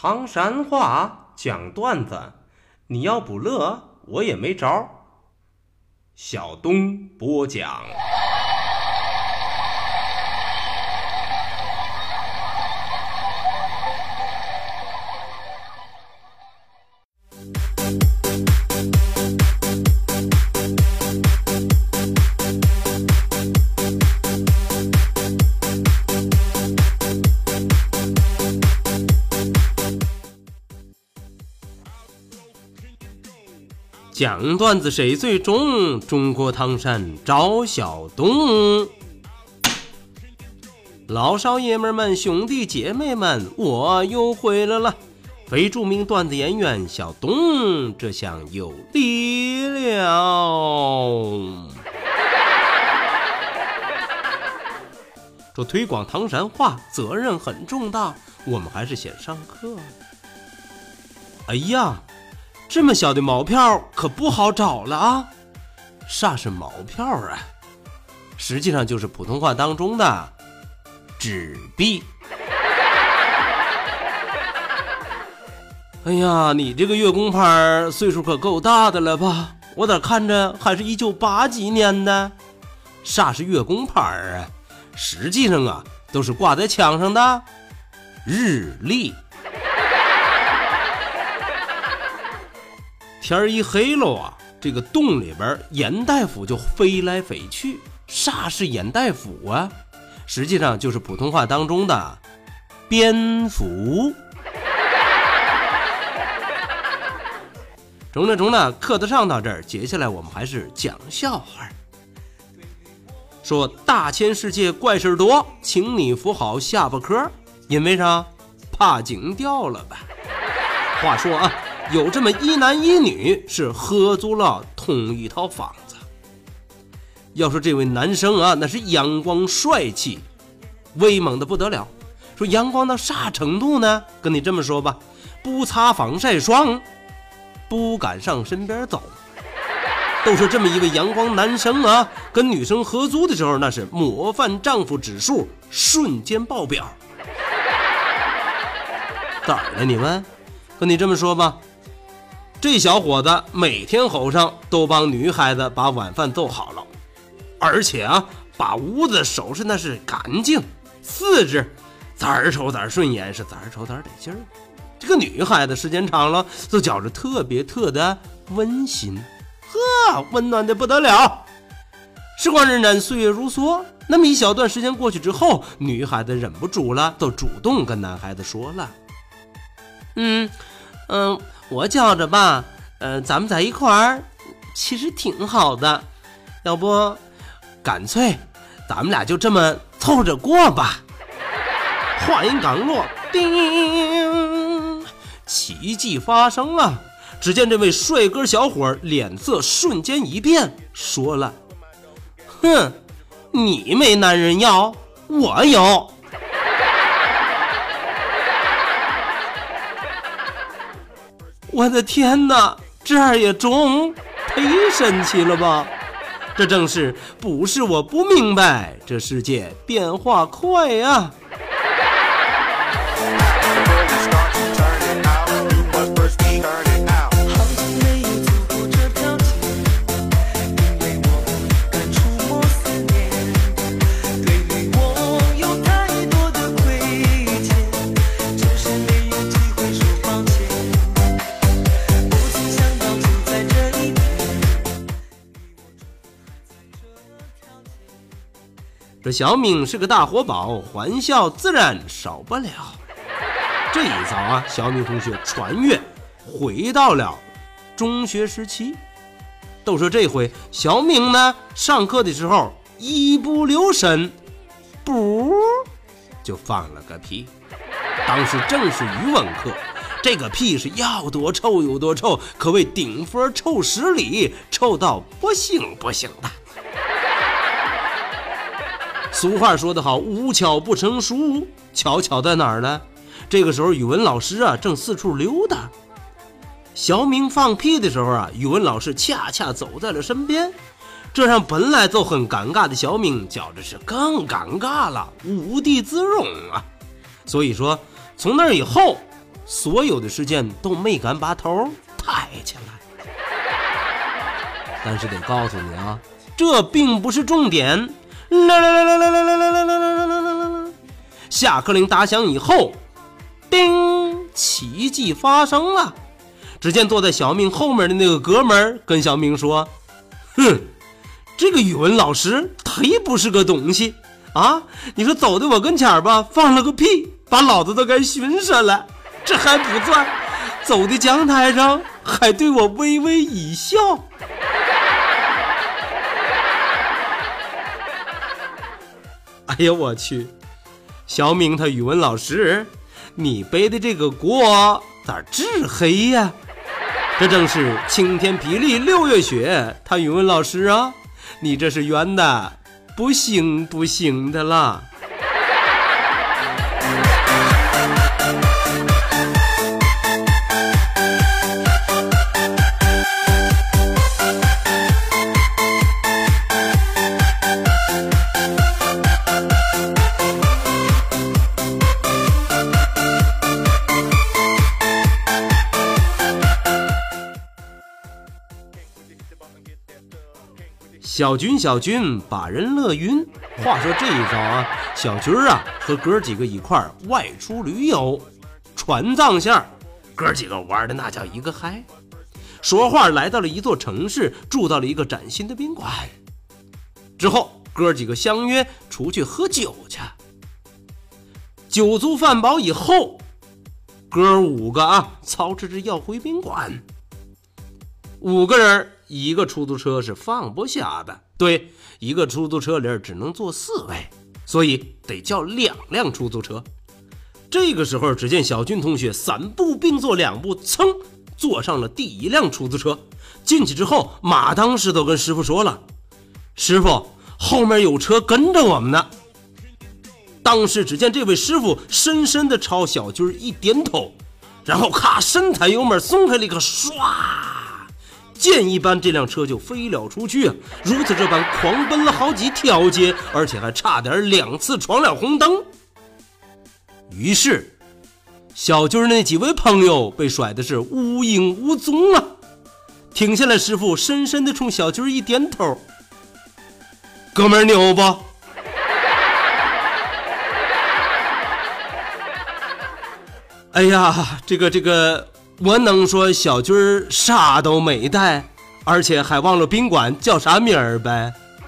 唐山话讲段子，你要不乐，我也没招。小东播讲。讲段子谁最中？中国唐山找小东。老少爷们们、兄弟姐妹们，我又回来了。非著名段子演员小东，这下有力了。这推广唐山话责任很重大，我们还是先上课。哎呀，这么小的毛票可不好找了啊！啥是毛票啊？实际上就是普通话当中的纸币。哎呀，你这个月工牌岁数可够大的了吧？我咋看着还是1980几年的？啥是月工牌啊？实际上啊，都是挂在墙上的日历。天一黑了啊，这个洞里边严大夫就飞来飞去。啥是严大夫啊？实际上就是普通话当中的蝙蝠。中了，课得上到这儿，接下来我们还是讲笑话。说大千世界怪事多，请你扶好下巴壳，因为啥？怕惊掉了吧？话说啊，有这么一男一女是合租了同一套房子。要说这位男生啊，那是阳光帅气，威猛的不得了。说阳光到啥程度呢？跟你这么说吧，不擦防晒霜不敢上身边走。都说这么一位阳光男生啊，跟女生合租的时候，那是模范丈夫指数瞬间爆表。咋了你们？跟你这么说吧，这小伙子每天吼上都帮女孩子把晚饭做好了，而且啊，把屋子收拾那是干净，四肢咋儿瞅咋儿顺眼，是咋儿瞅咋儿得劲儿。这个女孩子时间长了，就觉着特别的温馨，温暖的不得了。时光荏苒，岁月如梭，那么一小段时间过去之后，女孩子忍不住了，都主动跟男孩子说了，我觉着吧，咱们在一块儿其实挺好的，要不干脆咱们俩就这么凑着过吧。话音刚落，叮，奇迹发生了。只见这位帅哥小伙脸色瞬间一变，说了：哼，你没男人要，我有。我的天哪，这儿也中，忒神奇了吧！这正是不是我不明白，这世界变化快呀。这小敏是个大活宝，欢笑自然少不了。这一遭啊，小敏同学穿越回到了中学时期。都说这回小敏呢，上课的时候一不留神，不就放了个屁。当时正是语文课，这个屁是要多臭有多臭，可谓顶分臭10里，臭到不行的。俗话说得好，无巧不成书，巧在哪儿呢？这个时候语文老师啊正四处溜达，小敏放屁的时候啊，语文老师恰恰走在了身边，这让本来就很尴尬的小敏觉着是更尴尬了，无地自容啊。所以说从那以后， 所有的时间都没敢把头抬起来。但是得告诉你啊，这并不是重点。下课铃打响以后，叮，奇迹发生了。只见坐在小明后面的那个哥们儿跟小明说：“哼，这个语文老师忒不是个东西啊！你说走的我跟前儿吧，放了个屁，把老子都该熏死了。这还不算，走的讲台上还对我微微一笑。”哎呀，我去！小明他语文老师，你背的这个锅咋治黑呀？这正是晴天霹雳6月雪，他语文老师啊，你这是圆的不行不行的啦。小军把人乐晕。话说这一遭啊，小军啊和哥几个一块儿外出旅游，船藏下，哥几个玩的那叫一个嗨。说话来到了一座城市，住到了一个崭新的宾馆。之后哥几个相约出去喝酒去。酒足饭饱以后，哥5个啊操持着要回宾馆。5个人，一个出租车是放不下的，对，一个出租车里只能坐4位，所以得叫2辆出租车。这个时候，只见小军同学3步并作2步，噌坐上了第1辆出租车。进去之后，马当时都跟师傅说了：“师傅，后面有车跟着我们呢。”当时只见这位师傅深深地朝小军一点头，然后咔深踩油门松开了一个，唰，箭一般这辆车就飞了出去啊！如此这般狂奔了好几条街，而且还差点2次闯了红灯。于是小军那几位朋友被甩的是无影无踪啊！停下来，师傅深深地冲小军一点头：“哥们儿牛不？”哎呀，这个，我能说小军啥都没带，而且还忘了宾馆叫啥名儿呗。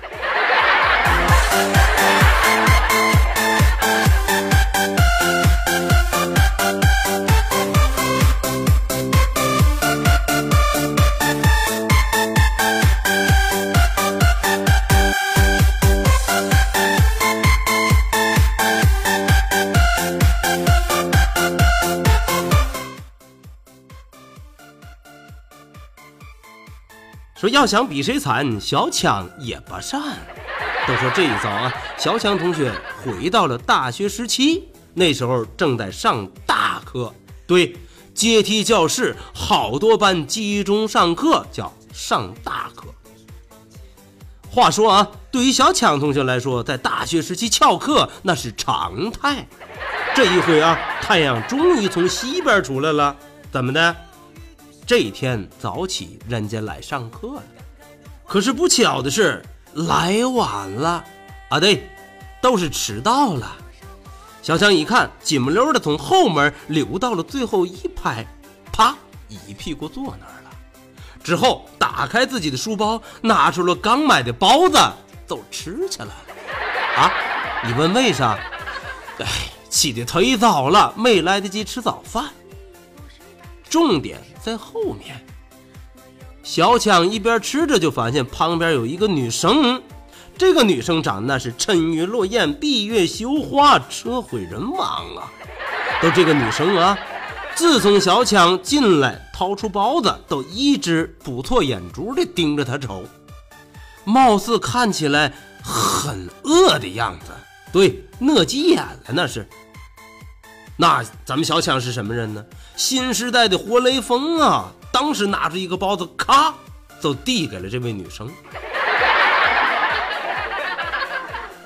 说要想比谁惨，小强也不善。都说这一遭啊，小强同学回到了大学时期，那时候正在上大课，对，阶梯教室，好多班集中上课，叫上大课。话说啊，对于小强同学来说，在大学时期翘课那是常态。这一回啊，太阳终于从西边出来了，怎么的？这一天早起，人家来上课了，可是不巧的是来晚了啊，对，都是迟到了。小强一看，紧不溜的从后门溜到了最后一排，啪，一屁股坐那儿了。之后打开自己的书包，拿出了刚买的包子，都吃起来了。啊，你问为啥？哎，起得忒早了，没来得及吃早饭。重点在后面。小强一边吃着，就发现旁边有一个女生，这个女生长得那是沉鱼落雁，闭月羞花，车毁人亡啊！都这个女生啊，自从小强进来掏出包子，都一直不错眼珠地盯着他瞅，貌似看起来很饿的样子，对，饿急眼了那是。那咱们小强是什么人呢？新时代的活雷锋啊！当时拿出一个包子，咔就递给了这位女生。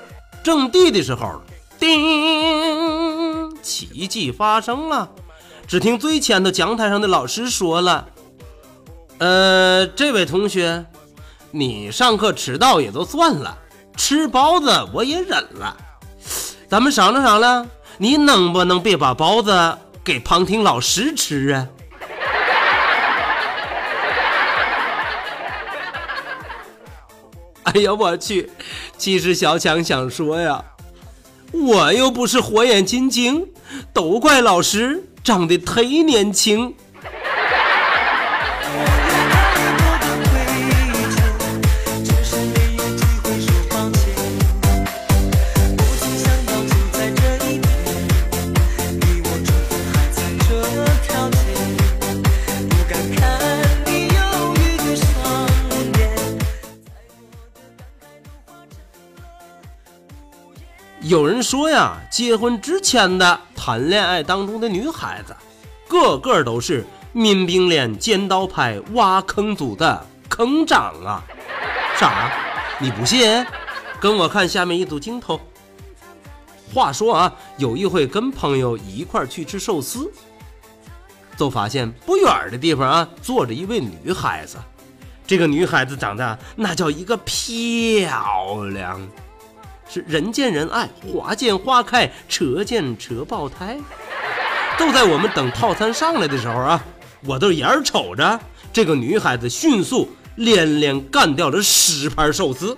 正递的时候，叮，奇迹发生了。 只听最前头讲台上的老师说了，这位同学，你上课迟到也就算了，吃包子我也忍了，咱们商量商量，你能不能别把包子给旁听老师吃啊？哎呀我去，其实小强想说呀，我又不是火眼金睛，都怪老师长得忒年轻。有人说呀，结婚之前的谈恋爱当中的女孩子，个个都是民兵连尖刀派挖坑组的坑长啊！啥？你不信？跟我看下面一组镜头。话说啊，有一回跟朋友一块去吃寿司，就发现不远的地方啊，坐着一位女孩子。这个女孩子长得那叫一个漂亮。是人见人爱，花见花开，车见车爆胎。都在我们等套餐上来的时候啊，我都眼瞅着这个女孩子迅速连连干掉了10盘寿司。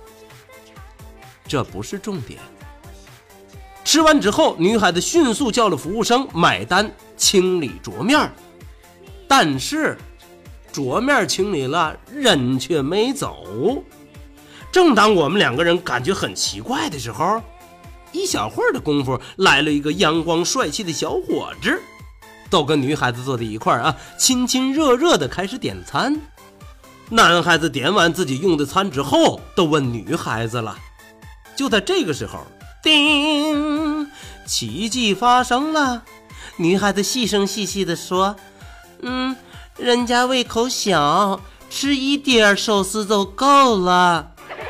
这不是重点。吃完之后，女孩子迅速叫了服务生买单，清理桌面。但是桌面清理了，人却没走。正当我们两个人感觉很奇怪的时候，一小会儿的功夫，来了一个阳光帅气的小伙子，都跟女孩子坐在一块儿啊，亲亲热热的开始点餐。男孩子点完自己用的餐之后，都问女孩子了。就在这个时候，叮，奇迹发生了。女孩子细声细细的说，人家胃口小，吃一点寿司就够了。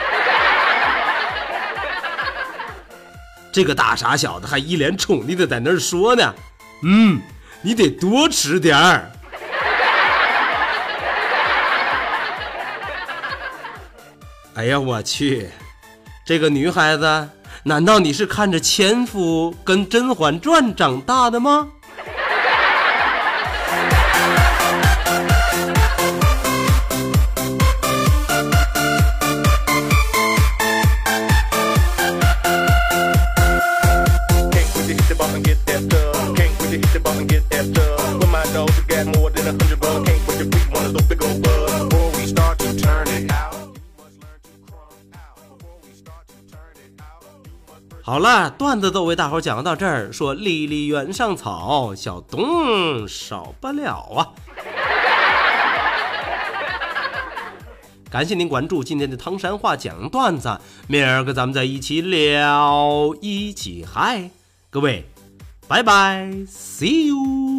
这个大傻小子还一脸宠溺的在那儿说呢，你得多吃点儿。哎呀我去，这个女孩子，难道你是看着前夫跟甄嬛传长大的吗？好了，段子都为大伙讲到这儿，说离离原上草，小东少不了啊。感谢您关注今天的唐山话讲段子，明儿个咱们再一起聊，一起嗨，各位拜拜 ，see you。